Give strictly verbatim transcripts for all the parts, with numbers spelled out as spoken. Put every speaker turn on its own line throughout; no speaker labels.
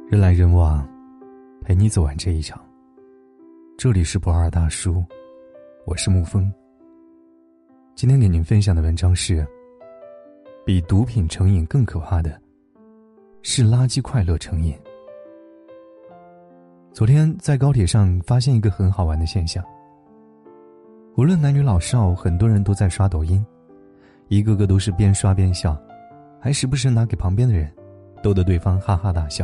人来人往，陪你走完这一场。这里是不二大叔，我是沐风。今天给您分享的文章是：比毒品成瘾更可怕的是垃圾快乐成瘾。昨天在高铁上发现一个很好玩的现象，无论男女老少，很多人都在刷抖音，一个个都是边刷边笑，还时不时拿给旁边的人，逗得对方哈哈大笑。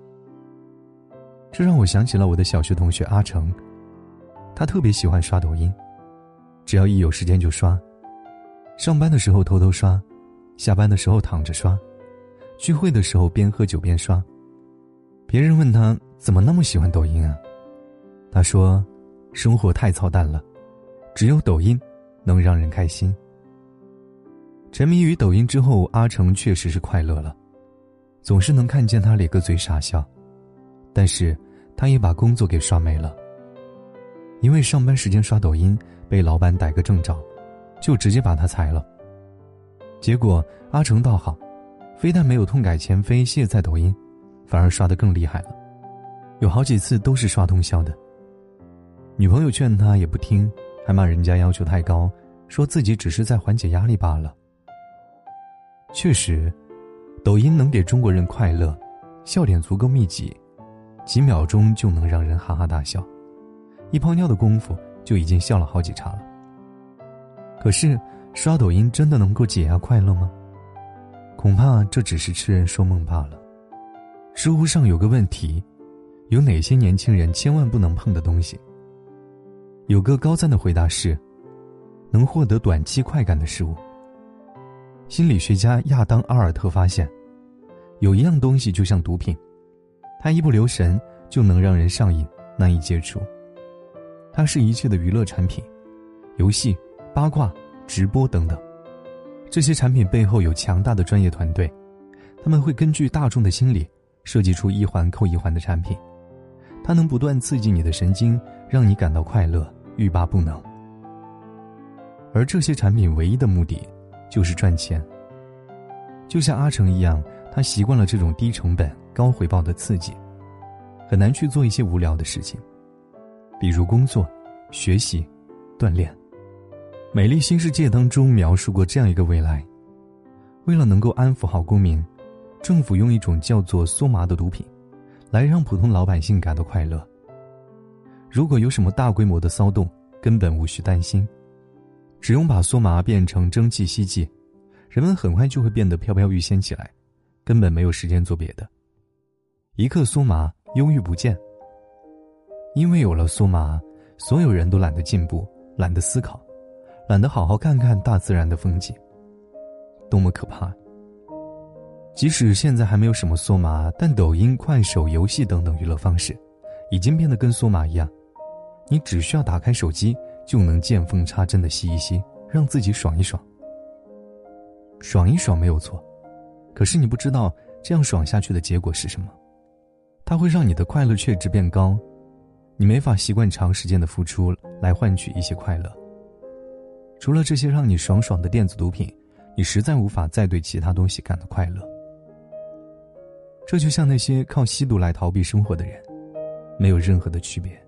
这让我想起了我的小学同学阿成，他特别喜欢刷抖音，只要一有时间就刷，上班的时候偷偷刷，下班的时候躺着刷，聚会的时候边喝酒边刷。别人问他怎么那么喜欢抖音啊，他说生活太操蛋了，只有抖音能让人开心。沉迷于抖音之后，阿成确实是快乐了，总是能看见他咧个嘴傻笑，但是他也把工作给刷没了。因为上班时间刷抖音被老板逮个正着，就直接把他裁了。结果阿成倒好，非但没有痛改前非卸载抖音，反而刷得更厉害了，有好几次都是刷通宵的。女朋友劝他也不听，还骂人家要求太高，说自己只是在缓解压力罢了。确实，抖音能给中国人快乐，笑点足够密集，几秒钟就能让人哈哈大笑，一泡尿的功夫就已经笑了好几茬了。可是刷抖音真的能够解压快乐吗？恐怕这只是痴人说梦罢了。知乎上有个问题，有哪些年轻人千万不能碰的东西？有个高赞的回答是，能获得短期快感的事物。心理学家亚当·阿尔特发现，有一样东西就像毒品，它一不留神就能让人上瘾，难以戒除。它是一切的娱乐产品，游戏、八卦、直播等等。这些产品背后有强大的专业团队，他们会根据大众的心理设计出一环扣一环的产品，它能不断刺激你的神经，让你感到快乐，欲罢不能。而这些产品唯一的目的就是赚钱。就像阿成一样，他习惯了这种低成本高回报的刺激，很难去做一些无聊的事情，比如工作、学习、锻炼。美丽新世界当中描述过这样一个未来，为了能够安抚好公民，政府用一种叫做梭麻的毒品来让普通老百姓感到快乐。如果有什么大规模的骚动，根本无需担心，只用把梭麻变成蒸汽吸剂，人们很快就会变得飘飘欲仙起来，根本没有时间做别的。一克梭麻，忧郁不见。因为有了梭麻，所有人都懒得进步，懒得思考，懒得好好看看大自然的风景。多么可怕！即使现在还没有什么梭麻，但抖音、快手、游戏等等娱乐方式已经变得跟梭麻一样，你只需要打开手机就能见缝插针的吸一吸，让自己爽一爽。爽一爽没有错，可是你不知道这样爽下去的结果是什么。它会让你的快乐确值变高，你没法习惯长时间的付出来换取一些快乐。除了这些让你爽爽的电子毒品，你实在无法再对其他东西感到快乐。这就像那些靠吸毒来逃避生活的人，没有任何的区别。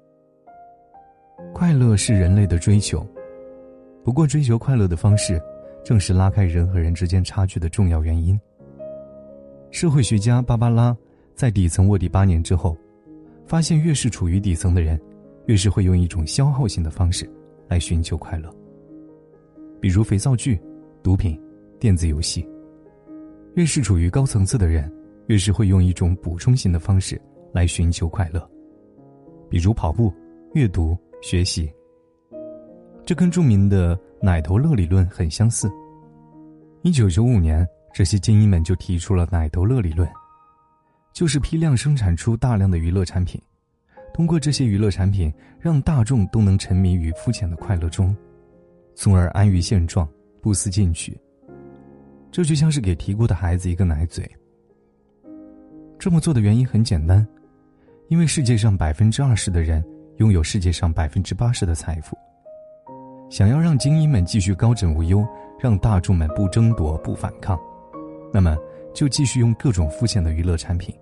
快乐是人类的追求，不过追求快乐的方式正是拉开人和人之间差距的重要原因。社会学家芭芭拉在底层卧底八年之后，发现越是处于底层的人，越是会用一种消耗性的方式来寻求快乐，比如肥皂剧、毒品、电子游戏。越是处于高层次的人，越是会用一种补充性的方式来寻求快乐，比如跑步、阅读、学习。这跟著名的奶头乐理论很相似。一九九五年，这些精英们就提出了奶头乐理论，就是批量生产出大量的娱乐产品，通过这些娱乐产品让大众都能沉迷于肤浅的快乐中，从而安于现状，不思进取。这就像是给啼哭的孩子一个奶嘴。这么做的原因很简单，因为世界上百分之二十的人拥有世界上百分之八十的财富。想要让精英们继续高枕无忧，让大众们不争夺不反抗，那么就继续用各种肤浅的娱乐产品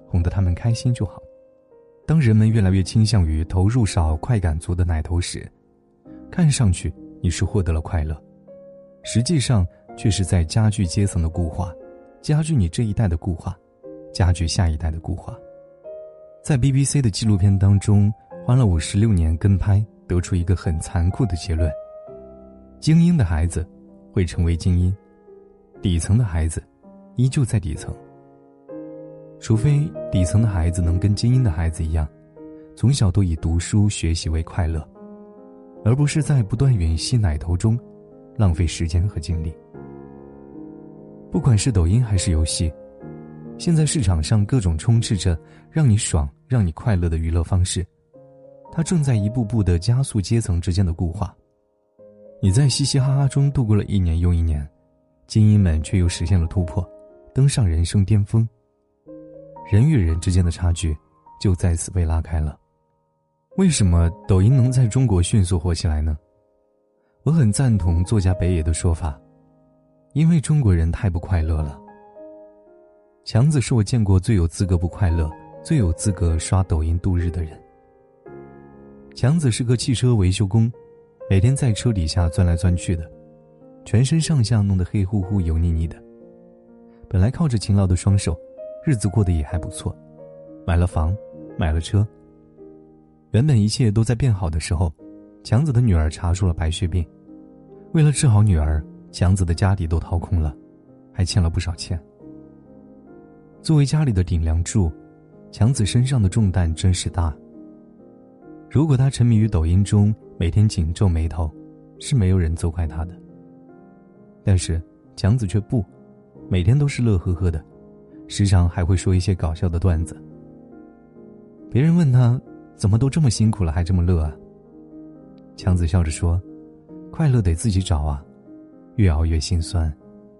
哄得他们开心就好。当人们越来越倾向于投入少快感足的奶头时，看上去你是获得了快乐，实际上却是在加剧阶层的固化，加剧你这一代的固化，加剧下一代的固化。在 B B C 的纪录片当中，花了五十六年跟拍，得出一个很残酷的结论：精英的孩子会成为精英，底层的孩子依旧在底层。除非底层的孩子能跟精英的孩子一样，从小都以读书学习为快乐，而不是在不断吮吸奶头中浪费时间和精力。不管是抖音还是游戏，现在市场上各种充斥着让你爽让你快乐的娱乐方式，它正在一步步地加速阶层之间的固化。你在嘻嘻哈哈中度过了一年又一年，精英们却又实现了突破，登上人生巅峰，人与人之间的差距就再次被拉开了。为什么抖音能在中国迅速火起来呢？我很赞同作家北野的说法，因为中国人太不快乐了。强子是我见过最有资格不快乐、最有资格刷抖音度日的人。强子是个汽车维修工，每天在车底下钻来钻去的，全身上下弄得黑乎乎油腻腻的。本来靠着勤劳的双手，日子过得也还不错，买了房，买了车。原本一切都在变好的时候，强子的女儿查出了白血病，为了治好女儿，强子的家底都掏空了，还欠了不少钱。作为家里的顶梁柱，强子身上的重担真是大。如果他沉迷于抖音中，每天紧皱眉头，是没有人责怪他的。但是强子却不，每天都是乐呵呵的，时常还会说一些搞笑的段子。别人问他怎么都这么辛苦了还这么乐啊？强子笑着说，快乐得自己找啊，越熬越心酸。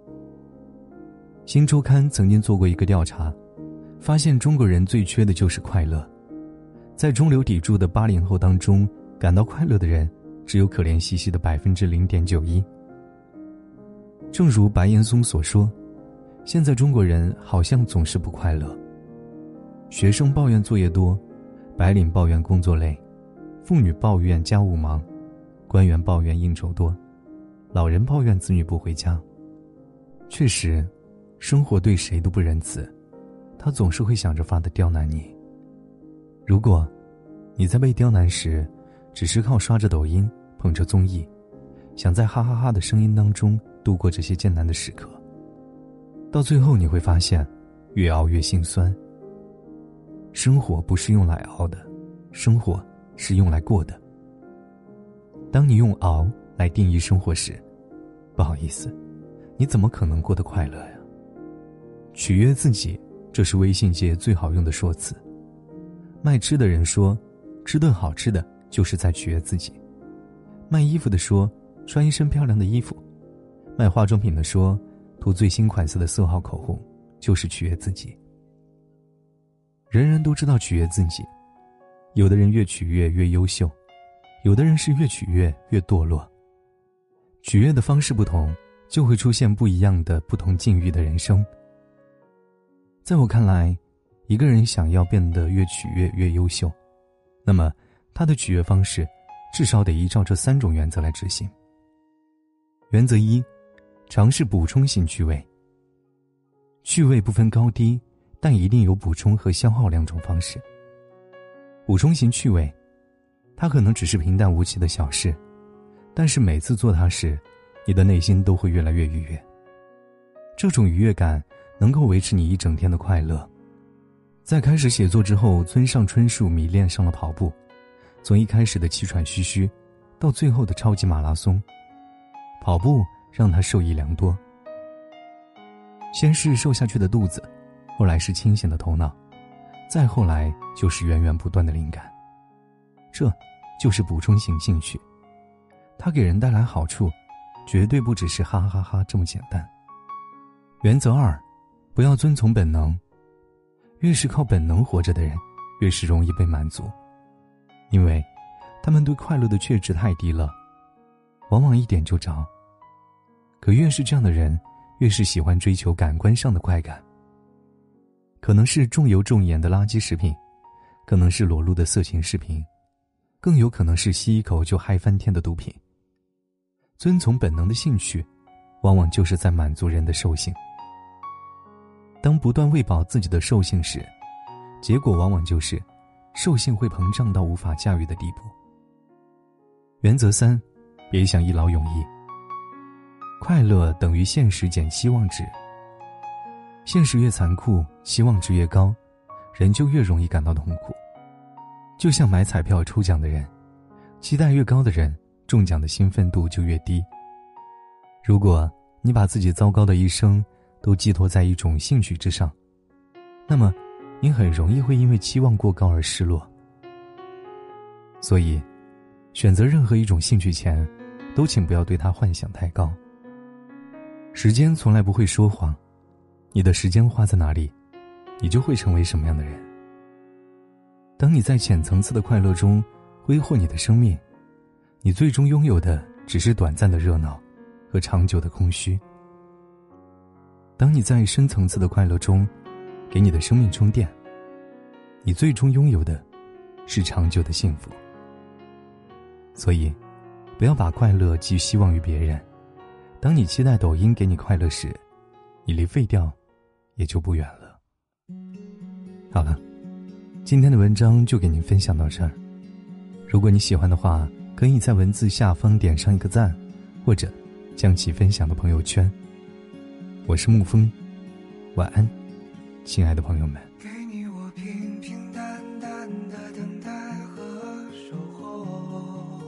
新周刊曾经做过一个调查，发现中国人最缺的就是快乐。在中流砥柱的八零后当中，感到快乐的人只有可怜兮兮的 百分之零点九一。 正如白岩松所说，现在中国人好像总是不快乐。学生抱怨作业多，白领抱怨工作累，妇女抱怨家务忙，官员抱怨应酬多，老人抱怨子女不回家。确实，生活对谁都不仁慈，他总是会想着法的刁难你。如果你在被刁难时，只是靠刷着抖音，捧着综艺，想在哈哈哈的声音当中度过这些艰难的时刻，到最后你会发现，越熬越心酸。生活不是用来熬的，生活是用来过的。当你用熬来定义生活时，不好意思，你怎么可能过得快乐呀？取悦自己，这是微信界最好用的说辞。卖吃的人说，吃顿好吃的就是在取悦自己；卖衣服的说，穿一身漂亮的衣服；卖化妆品的说，涂最新款式的色号口红就是取悦自己。人人都知道取悦自己，有的人越取悦越优秀，有的人是越取悦越堕落。取悦的方式不同，就会出现不一样的不同境遇的人生。在我看来，一个人想要变得越取悦越优秀，那么他的取悦方式至少得依照这三种原则来执行。原则一，尝试补充性趣味。趣味不分高低，但一定有补充和消耗两种方式。补充型趣味，它可能只是平淡无奇的小事，但是每次做它时，你的内心都会越来越愉悦。这种愉悦感能够维持你一整天的快乐。在开始写作之后，村上春树迷恋上了跑步，从一开始的气喘吁吁，到最后的超级马拉松，跑步让他受益良多。先是瘦下去的肚子，后来是清醒的头脑，再后来就是源源不断的灵感。这就是补充型兴趣，它给人带来好处，绝对不只是哈哈哈这么简单。原则二，不要遵从本能。越是靠本能活着的人，越是容易被满足，因为他们对快乐的确值太低了，往往一点就着。可越是这样的人，越是喜欢追求感官上的快感。 可能是重油重盐的垃圾食品，可能是裸露的色情视频，更有可能是吸一口就嗨翻天的毒品。遵从本能的兴趣，往往就是在满足人的兽性。当不断喂饱自己的兽性时，结果往往就是兽性会膨胀到无法驾驭的地步。原则三，别想一劳永逸。快乐等于现实减期望值。现实越残酷，期望值越高，人就越容易感到痛苦。就像买彩票抽奖的人，期待越高的人，中奖的兴奋度就越低。如果你把自己糟糕的一生都寄托在一种兴趣之上，那么你很容易会因为期望过高而失落。所以选择任何一种兴趣前，都请不要对它幻想太高。时间从来不会说谎，你的时间花在哪里，你就会成为什么样的人。当你在浅层次的快乐中挥霍你的生命，你最终拥有的只是短暂的热闹和长久的空虚。当你在深层次的快乐中给你的生命充电，你最终拥有的是长久的幸福。所以不要把快乐寄希望于别人。当你期待抖音给你快乐时，你离废掉也就不远了。好了，今天的文章就给您分享到这儿。如果你喜欢的话，可以在文字下方点上一个赞，或者将其分享到朋友圈。我是沐风，晚安，亲爱的朋友们。
给你我平平淡淡的等待和守候，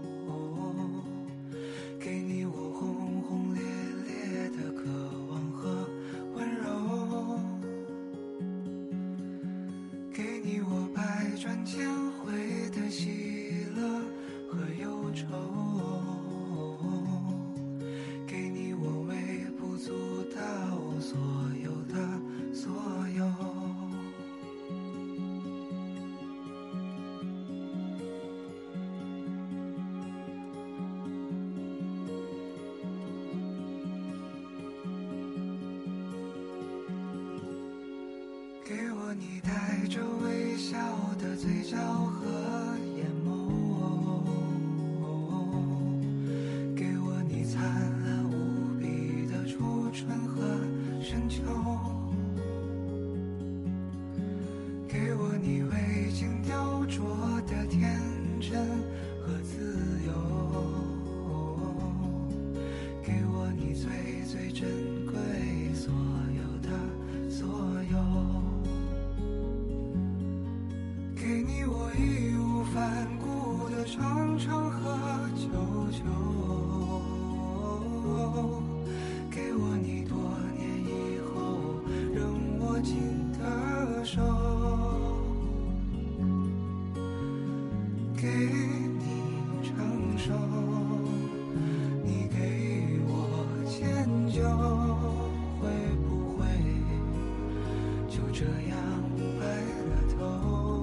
给你我轰轰烈烈的渴望和温柔，给你我百转千回的喜乐和忧愁，给你我微不足道所有的所有。给我你带着微笑的嘴角和眼眸，给我你灿烂无比的初春和深秋，给我你未经雕琢的天真和自由，给我你最最珍贵所有的所有。给你我义无反顾的长长和久久，给我你多年以后仍握紧的手，给你承受，你给我迁就，会不会就这样白了头？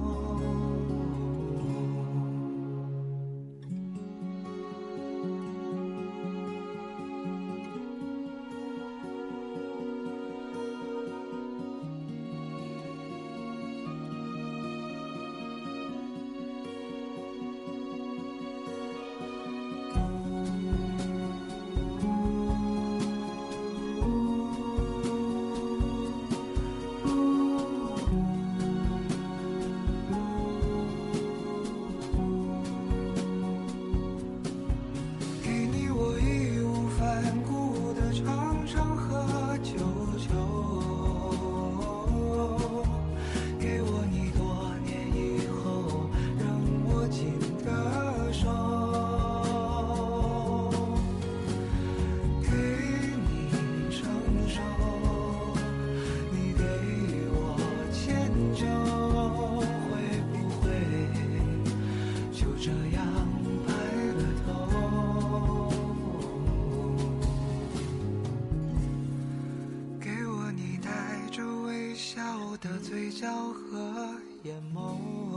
的嘴角和眼眸，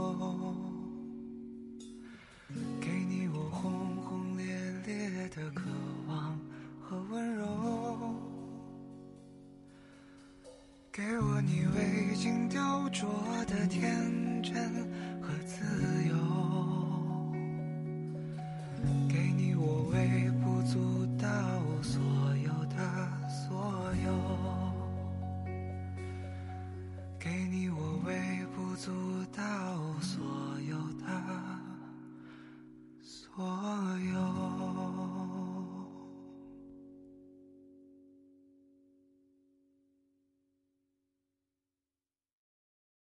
给你我轰轰烈烈的渴望和温柔， 给我你未经雕琢的天真和自由，给你我微不足道所有的所有，给你我微不足道所有的所有。